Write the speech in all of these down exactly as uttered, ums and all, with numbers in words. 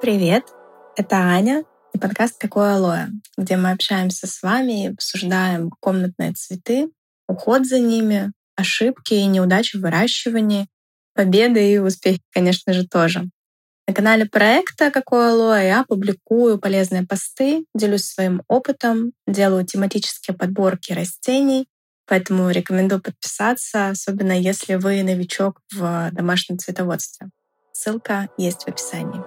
Привет, это Аня и подкаст «Какое алоэ», где мы общаемся с вами и обсуждаем комнатные цветы, уход за ними, ошибки и неудачи в выращивании, победы и успехи, конечно же, тоже. На канале проекта «Какое алоэ» я публикую полезные посты, делюсь своим опытом, делаю тематические подборки растений, поэтому рекомендую подписаться, особенно если вы новичок в домашнем цветоводстве. Ссылка есть в описании.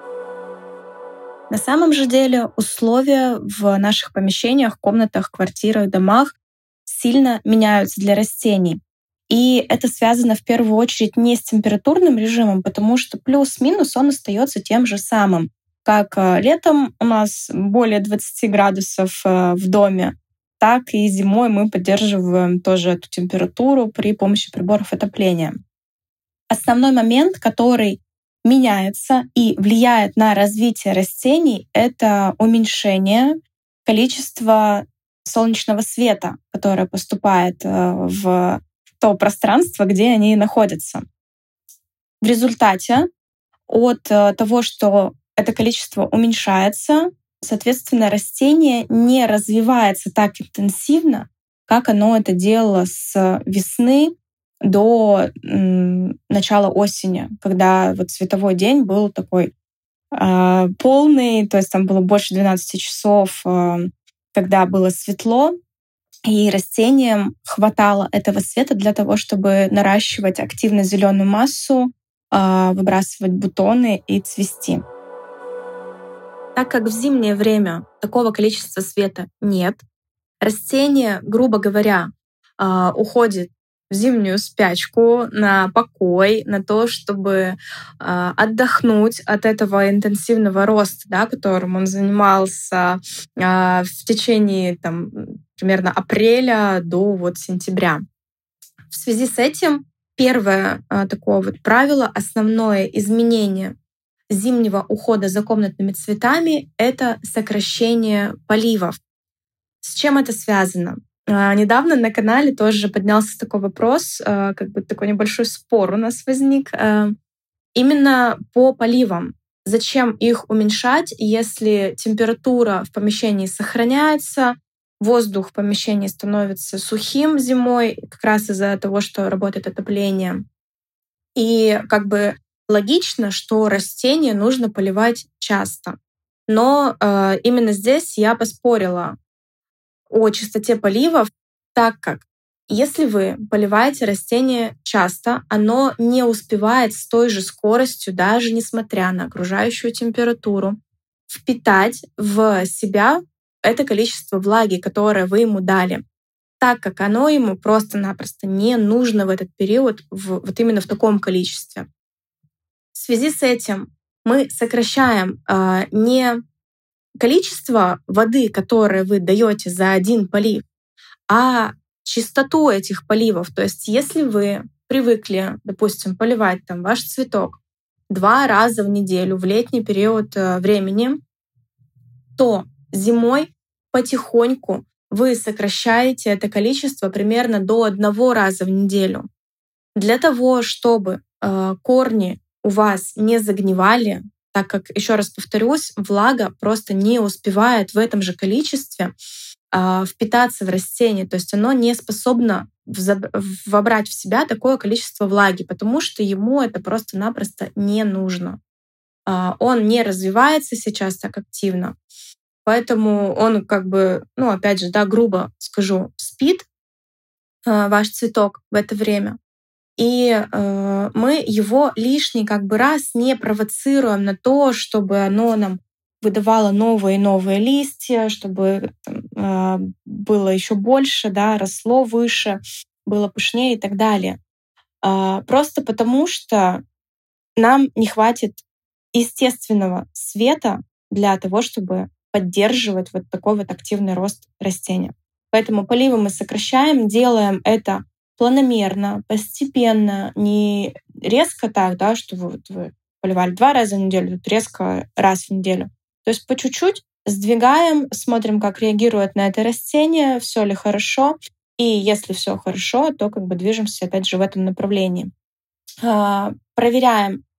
На самом же деле условия в наших помещениях, комнатах, квартирах, домах сильно меняются для растений. И это связано в первую очередь не с температурным режимом, потому что плюс-минус он остается тем же самым. Как летом у нас более двадцати градусов в доме, так и зимой мы поддерживаем тоже эту температуру при помощи приборов отопления. Основной момент, который меняется и влияет на развитие растений, это уменьшение количества солнечного света, которое поступает в то пространство, где они находятся. В результате от того, что это количество уменьшается, соответственно, растение не развивается так интенсивно, как оно это делало с весны до м, начала осени, когда вот световой день был такой э, полный, то есть там было больше двенадцати часов, э, когда было светло, и растениям хватало этого света для того, чтобы наращивать активно зеленую массу, э, выбрасывать бутоны и цвести. Так как в зимнее время такого количества света нет, растение, грубо говоря, э, уходит в зимнюю спячку, на покой, на то, чтобы э, отдохнуть от этого интенсивного роста, да, которым он занимался э, в течение там, примерно апреля до вот, сентября. В связи с этим первое э, такое вот правило, основное изменение зимнего ухода за комнатными цветами — это сокращение поливов. С чем это связано? Недавно на канале тоже поднялся такой вопрос, как бы такой небольшой спор у нас возник. Именно по поливам. Зачем их уменьшать, если температура в помещении сохраняется, воздух в помещении становится сухим зимой, как раз из-за того, что работает отопление. И как бы логично, что растения нужно поливать часто. Но э, именно здесь я поспорила о частоте поливов, так как если вы поливаете растение часто, оно не успевает с той же скоростью, даже несмотря на окружающую температуру, впитать в себя это количество влаги, которое вы ему дали, так как оно ему просто-напросто не нужно в этот период в, вот именно в таком количестве. В связи с этим мы сокращаем э, не количество воды, которое вы даете за один полив, а частоту этих поливов. То есть если вы привыкли, допустим, поливать там ваш цветок два раза в неделю в летний период времени, то зимой потихоньку вы сокращаете это количество примерно до одного раза в неделю. Для того, чтобы э, корни у вас не загнивали, так как, еще раз повторюсь, влага просто не успевает в этом же количестве э, впитаться в растение. То есть оно не способно взаб- вобрать в себя такое количество влаги, потому что ему это просто-напросто не нужно. Э, он не развивается сейчас так активно, поэтому он как бы, ну опять же, да, грубо скажу, спит, э, ваш цветок в это время. И э, мы его лишний как бы раз не провоцируем на то, чтобы оно нам выдавало новые и новые листья, чтобы э, было еще больше, да, росло выше, было пышнее и так далее. Э, просто потому что нам не хватит естественного света для того, чтобы поддерживать вот такой вот активный рост растения. Поэтому поливы мы сокращаем, делаем это планомерно, постепенно, не резко так, да, что вы, вот вы поливали два раза в неделю, тут резко раз в неделю. То есть по чуть-чуть сдвигаем, смотрим, как реагирует на это растение, все ли хорошо. И если все хорошо, то как бы движемся опять же в этом направлении. Проверяем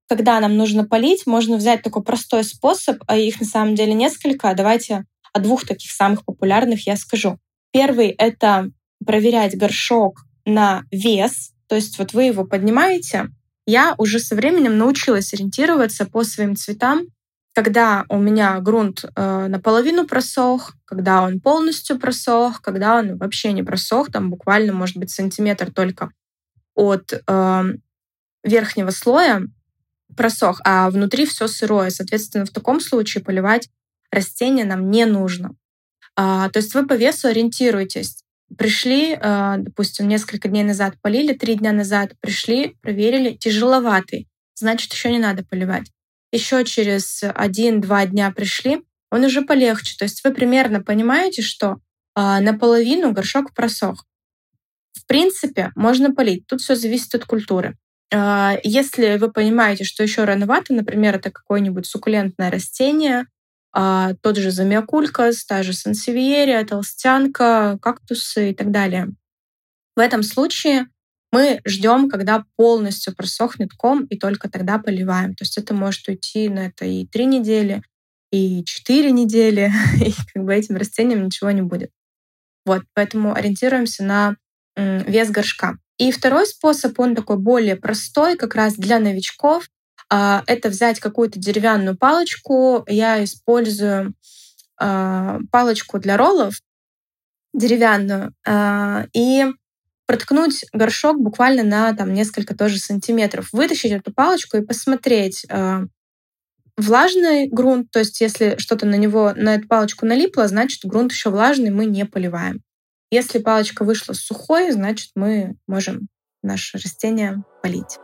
когда нам нужно полить, можно взять такой простой способ, а их на самом деле несколько. Давайте о двух таких самых популярных я скажу. Первый — это проверять горшок на вес. То есть вот вы его поднимаете. Я уже со временем научилась ориентироваться по своим цветам, когда у меня грунт э, наполовину просох, когда он полностью просох, когда он вообще не просох, там буквально, может быть, сантиметр только от э, верхнего слоя просох, а внутри все сырое. Соответственно, в таком случае поливать растения нам не нужно. А, то есть вы по весу ориентируетесь. Пришли, а, допустим, несколько дней назад полили, три дня назад пришли, проверили, тяжеловатый, значит, еще не надо поливать. Еще через один-два дня пришли, он уже полегче. То есть вы примерно понимаете, что а, наполовину горшок просох. В принципе, можно полить. Тут все зависит от культуры. А, Если вы понимаете, что еще рановато, например, это какое-нибудь суккулентное растение, а, тот же замиокулькас, та же сансевиерия, толстянка, кактусы и так далее. В этом случае мы ждем, когда полностью просохнет ком, и только тогда поливаем. То есть это может уйти на это и три недели, и четыре недели, и как бы этим растениям ничего не будет. Вот, поэтому ориентируемся на м, вес горшка. И второй способ, он такой более простой, как раз для новичков. А, Это взять какую-то деревянную палочку. Я использую а, палочку для роллов деревянную а, и проткнуть горшок буквально на там, несколько тоже сантиметров. Вытащить эту палочку и посмотреть, а, влажный грунт, то есть если что-то на него, на эту палочку налипло, значит грунт еще влажный, мы не поливаем. Если палочка вышла сухой, значит мы можем наше растение полить.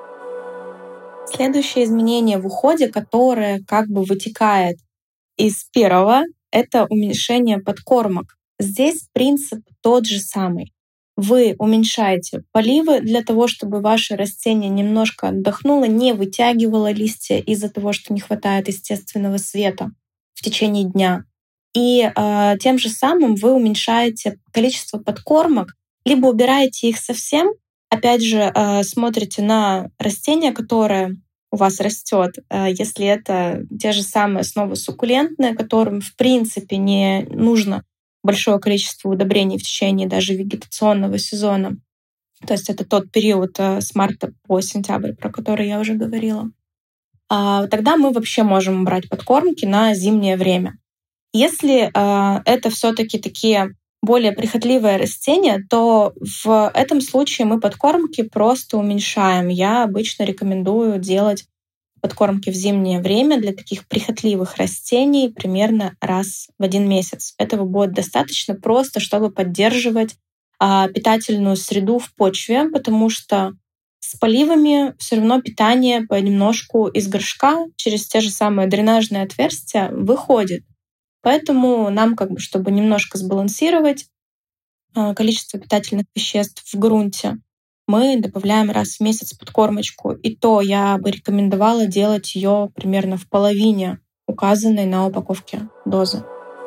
Следующее изменение в уходе, которое как бы вытекает из первого, это уменьшение подкормок. Здесь принцип тот же самый. Вы уменьшаете поливы для того, чтобы ваше растение немножко отдохнуло, не вытягивало листья из-за того, что не хватает естественного света в течение дня. И э, тем же самым вы уменьшаете количество подкормок, либо убираете их совсем. Опять же, э, смотрите на растение, которое у вас растет, э, если это те же самые снова суккулентные, которым в принципе не нужно большое количество удобрений в течение даже вегетационного сезона. То есть это тот период э, с марта по сентябрь, про который я уже говорила. А, Тогда мы вообще можем брать подкормки на зимнее время. Если э, это все-таки такие более прихотливые растения, то в этом случае мы подкормки просто уменьшаем. Я обычно рекомендую делать подкормки в зимнее время для таких прихотливых растений примерно раз в один месяц. Этого будет достаточно просто, чтобы поддерживать а, питательную среду в почве, потому что с поливами все равно питание понемножку из горшка через те же самые дренажные отверстия выходит. Поэтому нам, как бы, чтобы немножко сбалансировать а, количество питательных веществ в грунте, мы добавляем раз в месяц подкормочку. И то я бы рекомендовала делать ее примерно в половине указанной на упаковке дозы.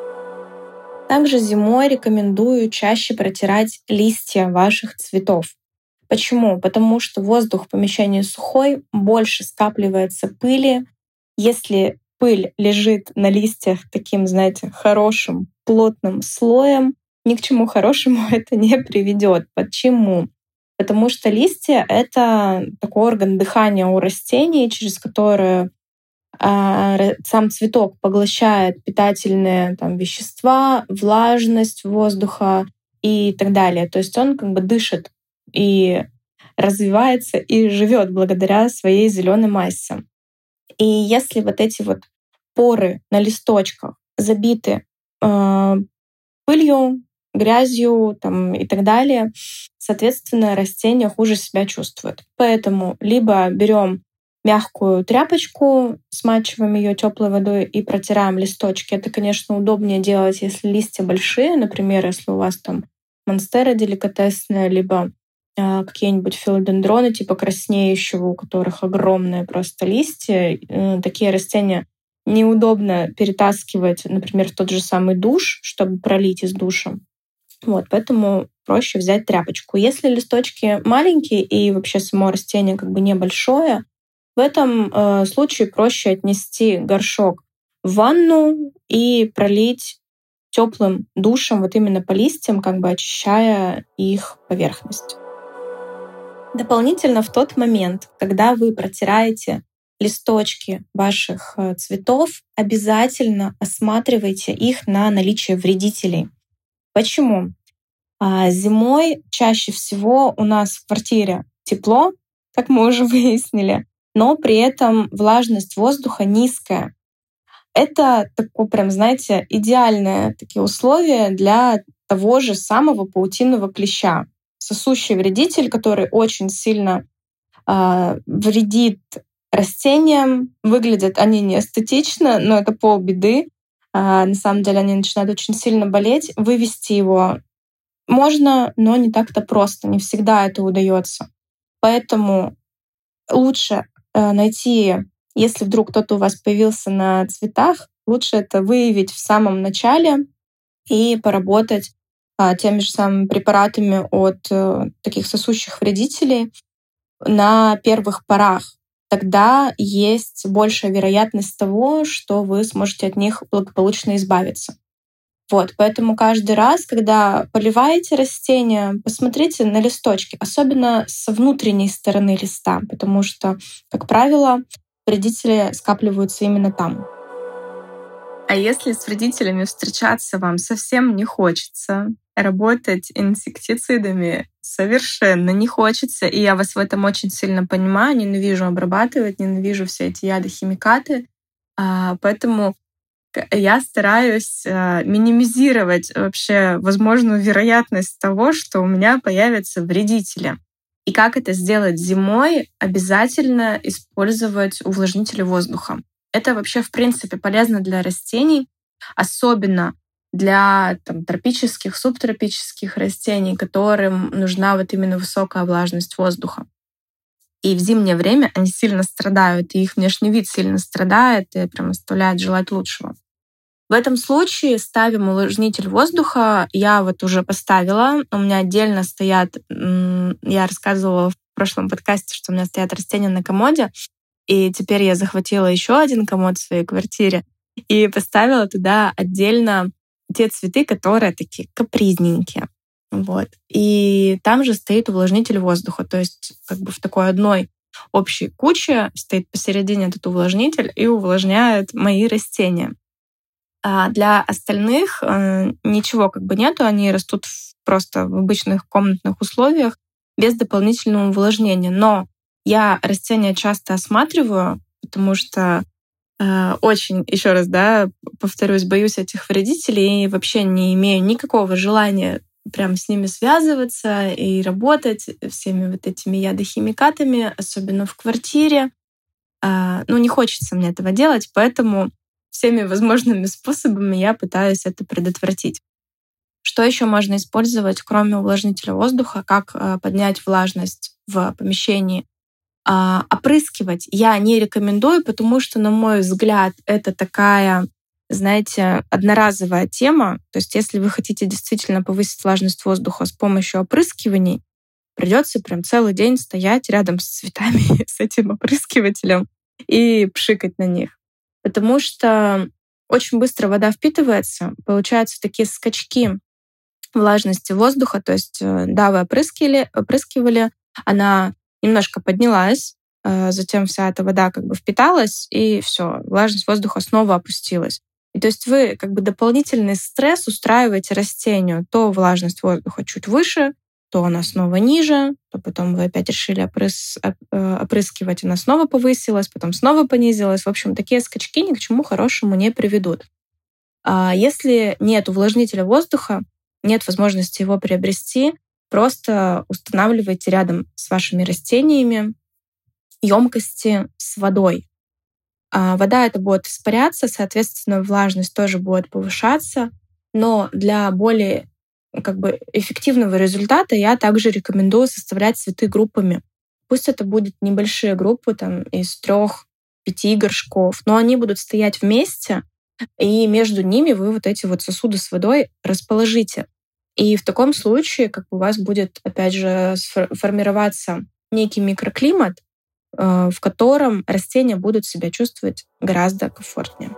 Также зимой рекомендую чаще протирать листья ваших цветов. Почему? Потому что воздух в помещении сухой, больше скапливается пыли. Если пыль лежит на листьях таким, знаете, хорошим, плотным слоем, ни к чему хорошему это не приведет. Почему? Потому что листья — это такой орган дыхания у растений, через который а, сам цветок поглощает питательные там, вещества, влажность воздуха и так далее. То есть он как бы дышит и развивается и живет благодаря своей зеленой массе. И если вот эти вот поры на листочках забиты э, пылью, грязью там, и так далее, соответственно, растения хуже себя чувствуют. Поэтому либо берем мягкую тряпочку, смачиваем ее теплой водой и протираем листочки. Это, конечно, удобнее делать, если листья большие, например, если у вас там монстера деликатесная, либо э, какие-нибудь филодендроны типа краснеющего, у которых огромные просто листья. Э, такие растения неудобно перетаскивать, например, в тот же самый душ, чтобы пролить из душа. Вот, поэтому проще взять тряпочку. Если листочки маленькие и вообще само растение как бы небольшое, В этом э, случае проще отнести горшок в ванну и пролить теплым душем вот именно по листьям, как бы очищая их поверхность. Дополнительно в тот момент, когда вы протираете листочки ваших э, цветов, обязательно осматривайте их на наличие вредителей. Почему? А зимой чаще всего у нас в квартире тепло, как мы уже выяснили, но при этом влажность воздуха низкая. Это такое прям, знаете, идеальные такие условия для того же самого паутинного клеща. Сосущий вредитель, который очень сильно а, вредит растениям. Выглядят они не эстетично, но это полбеды. А, на самом деле они начинают очень сильно болеть. Вывести его можно, но не так-то просто. Не всегда это удается. Поэтому лучше э, найти, если вдруг кто-то у вас появился на цветах, лучше это выявить в самом начале и поработать а, теми же самыми препаратами от э, таких сосущих вредителей на первых порах. Тогда есть большая вероятность того, что вы сможете от них благополучно избавиться. Вот, поэтому каждый раз, когда поливаете растения, посмотрите на листочки, особенно с внутренней стороны листа, потому что, как правило, вредители скапливаются именно там. А если с вредителями встречаться вам совсем не хочется, работать инсектицидами совершенно не хочется, и я вас в этом очень сильно понимаю, ненавижу обрабатывать, ненавижу все эти яды, химикаты, а, поэтому я стараюсь э, минимизировать вообще возможную вероятность того, что у меня появятся вредители. И как это сделать зимой? Обязательно использовать увлажнители воздуха. Это вообще, в принципе, полезно для растений, особенно для там, тропических, субтропических растений, которым нужна вот именно высокая влажность воздуха. И в зимнее время они сильно страдают, и их внешний вид сильно страдает, и прям оставляет желать лучшего. В этом случае ставим увлажнитель воздуха. Я вот уже поставила. У меня отдельно стоят... Я рассказывала в прошлом подкасте, что у меня стоят растения на комоде. И теперь я захватила еще один комод в своей квартире и поставила туда отдельно те цветы, которые такие капризненькие. Вот. И там же стоит увлажнитель воздуха. То есть как бы в такой одной общей куче стоит посередине этот увлажнитель и увлажняет мои растения. А для остальных э, ничего как бы нету. Они растут в, просто в обычных комнатных условиях без дополнительного увлажнения. Но я растения часто осматриваю, потому что э, очень, еще раз, да, повторюсь, боюсь этих вредителей и вообще не имею никакого желания прям с ними связываться и работать всеми вот этими ядохимикатами, особенно в квартире. А, ну, не хочется мне этого делать, поэтому всеми возможными способами я пытаюсь это предотвратить. Что еще можно использовать, кроме увлажнителя воздуха, как а, поднять влажность в помещении? А, опрыскивать я не рекомендую, потому что, на мой взгляд, это такая, знаете, одноразовая тема. То есть если вы хотите действительно повысить влажность воздуха с помощью опрыскиваний, придется прям целый день стоять рядом с цветами, с этим опрыскивателем и пшикать на них. Потому что очень быстро вода впитывается, получаются такие скачки влажности воздуха. То есть, да, вы опрыскивали, опрыскивали, она немножко поднялась, затем вся эта вода как бы впиталась, и все, влажность воздуха снова опустилась. И то есть вы как бы дополнительный стресс устраиваете растению. То влажность воздуха чуть выше, то она снова ниже, то потом вы опять решили опрыс... опрыскивать, она снова повысилась, потом снова понизилась. В общем, такие скачки ни к чему хорошему не приведут. А если нет увлажнителя воздуха, нет возможности его приобрести, просто устанавливайте рядом с вашими растениями емкости с водой. А вода эта будет испаряться, соответственно, влажность тоже будет повышаться, но для более как бы эффективного результата я также рекомендую составлять цветы группами. Пусть это будут небольшие группы там, из трех-пяти горшков, но они будут стоять вместе, и между ними вы вот эти вот сосуды с водой расположите. И в таком случае как бы у вас будет, опять же, сформироваться некий микроклимат, э, в котором растения будут себя чувствовать гораздо комфортнее.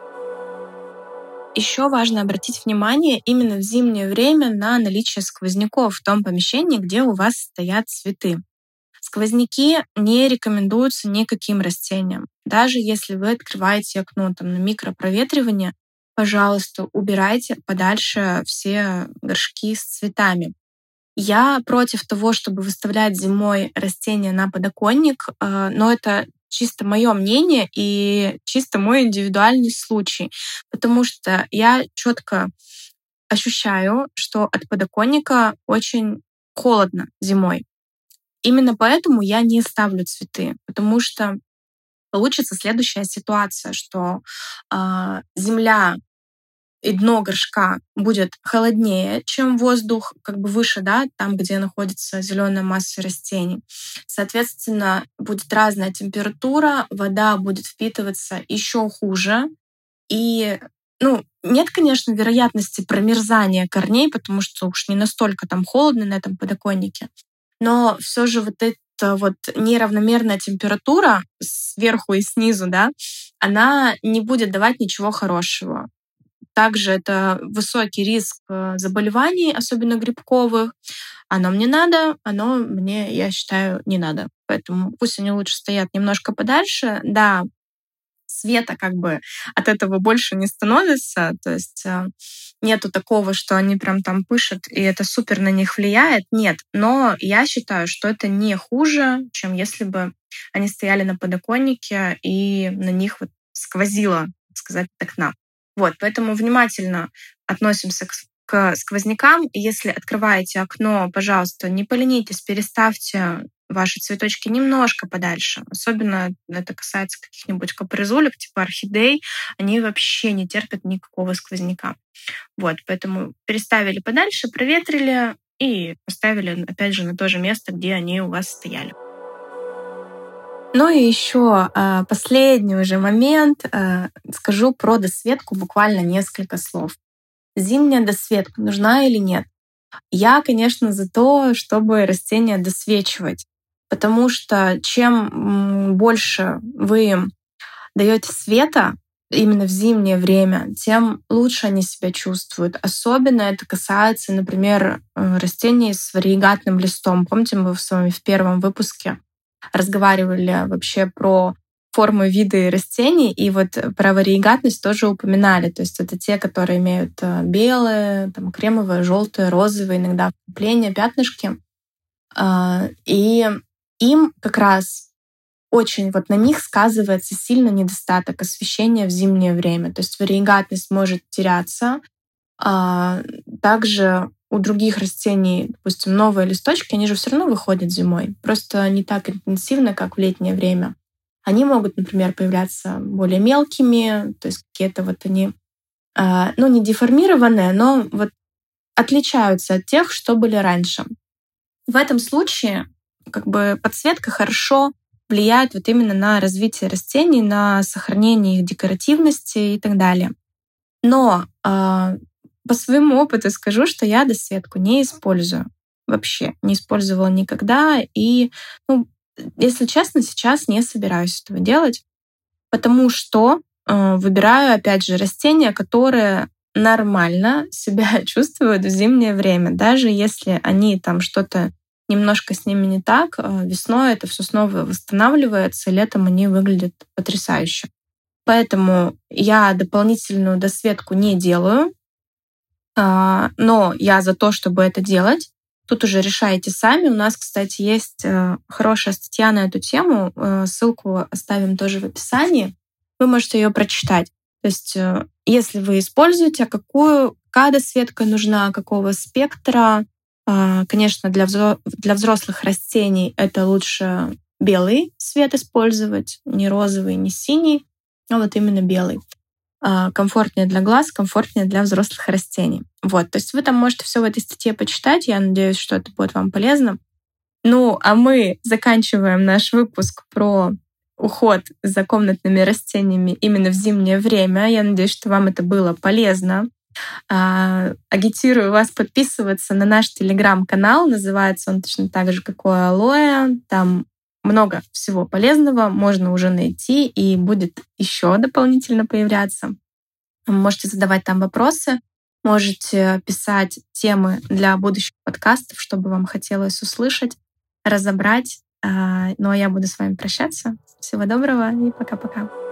Еще важно обратить внимание именно в зимнее время на наличие сквозняков в том помещении, где у вас стоят цветы. Сквозняки не рекомендуются никаким растениям. Даже если вы открываете окно там, на микропроветривание, пожалуйста, убирайте подальше все горшки с цветами. Я против того, чтобы выставлять зимой растения на подоконник, э, но это чисто мое мнение и чисто мой индивидуальный случай, потому что я четко ощущаю, что от подоконника очень холодно зимой. Именно поэтому я не ставлю цветы, потому что получится следующая ситуация, что а, земля и дно горшка будет холоднее, чем воздух, как бы выше, да, там, где находится зеленая масса растений. Соответственно, будет разная температура, вода будет впитываться еще хуже. И, ну, нет, конечно, вероятности промерзания корней, потому что уж не настолько там холодно на этом подоконнике. Но все же вот эта вот неравномерная температура сверху и снизу, да, она не будет давать ничего хорошего. Также это высокий риск э, заболеваний, особенно грибковых. Оно мне надо, оно мне, я считаю, не надо. Поэтому пусть они лучше стоят немножко подальше. Да, света как бы от этого больше не становится. То есть э, нету такого, что они прям там пышут, и это супер на них влияет. Нет. Но я считаю, что это не хуже, чем если бы они стояли на подоконнике, и на них вот сквозило, так сказать, от окна. Вот, поэтому внимательно относимся к, с- к сквознякам. И если открываете окно, пожалуйста, не поленитесь, переставьте ваши цветочки немножко подальше. Особенно это касается каких-нибудь капризулек, типа орхидей. Они вообще не терпят никакого сквозняка. Вот, поэтому переставили подальше, проветрили и поставили, опять же, на то же место, где они у вас стояли. Ну и еще а, последний уже момент. а, Скажу про досветку буквально несколько слов. Зимняя досветка нужна или нет? Я, конечно, за то, чтобы растения досвечивать, потому что чем м, больше вы им даете света именно в зимнее время, тем лучше они себя чувствуют. Особенно это касается, например, э, растений с вариегатным листом. Помните, мы с вами в первом выпуске разговаривали вообще про формы, виды растений, и вот про вариегатность тоже упоминали. То есть это те, которые имеют э, белые, там, кремовые, желтые, розовые, иногда вкрапления, пятнышки. А, И им как раз очень вот на них сказывается сильно недостаток освещения в зимнее время. То есть вариегатность может теряться. А Также у других растений, допустим, новые листочки, они же все равно выходят зимой. Просто не так интенсивно, как в летнее время. Они могут, например, появляться более мелкими, то есть какие-то вот они, а, ну, не деформированные, но вот отличаются от тех, что были раньше. В этом случае как бы подсветка хорошо влияет вот именно на развитие растений, на сохранение их декоративности и так далее. Но а, по своему опыту скажу, что я досветку не использую. Вообще не использовала никогда. И, ну, если честно, сейчас не собираюсь этого делать, потому что э, выбираю, опять же, растения, которые нормально себя чувствуют в зимнее время. Даже если они там что-то немножко с ними не так, э, весной это все снова восстанавливается, и летом они выглядят потрясающе. Поэтому я дополнительную досветку не делаю, а, но я за то, чтобы это делать. Тут уже решайте сами. У нас, кстати, есть э, хорошая статья на эту тему. э, Ссылку оставим тоже в описании. Вы можете ее прочитать. То есть, э, если вы используете, а какую, какая досветка нужна, какого спектра. А, Конечно, для взро- для взрослых растений это лучше белый цвет использовать, не розовый, не синий, а вот именно белый. А, комфортнее для глаз, комфортнее для взрослых растений. Вот, то есть вы там можете все в этой статье почитать. Я надеюсь, что это будет вам полезно. Ну, а мы заканчиваем наш выпуск про уход за комнатными растениями именно в зимнее время. Я надеюсь, что вам это было полезно. А, Агитирую вас подписываться на наш телеграм-канал. Называется он точно так же, как у алоэ. Там много всего полезного можно уже найти и будет еще дополнительно появляться. Вы можете задавать там вопросы, можете писать темы для будущих подкастов, чтобы вам хотелось услышать, разобрать. А, Ну а я буду с вами прощаться. Всего доброго и пока-пока.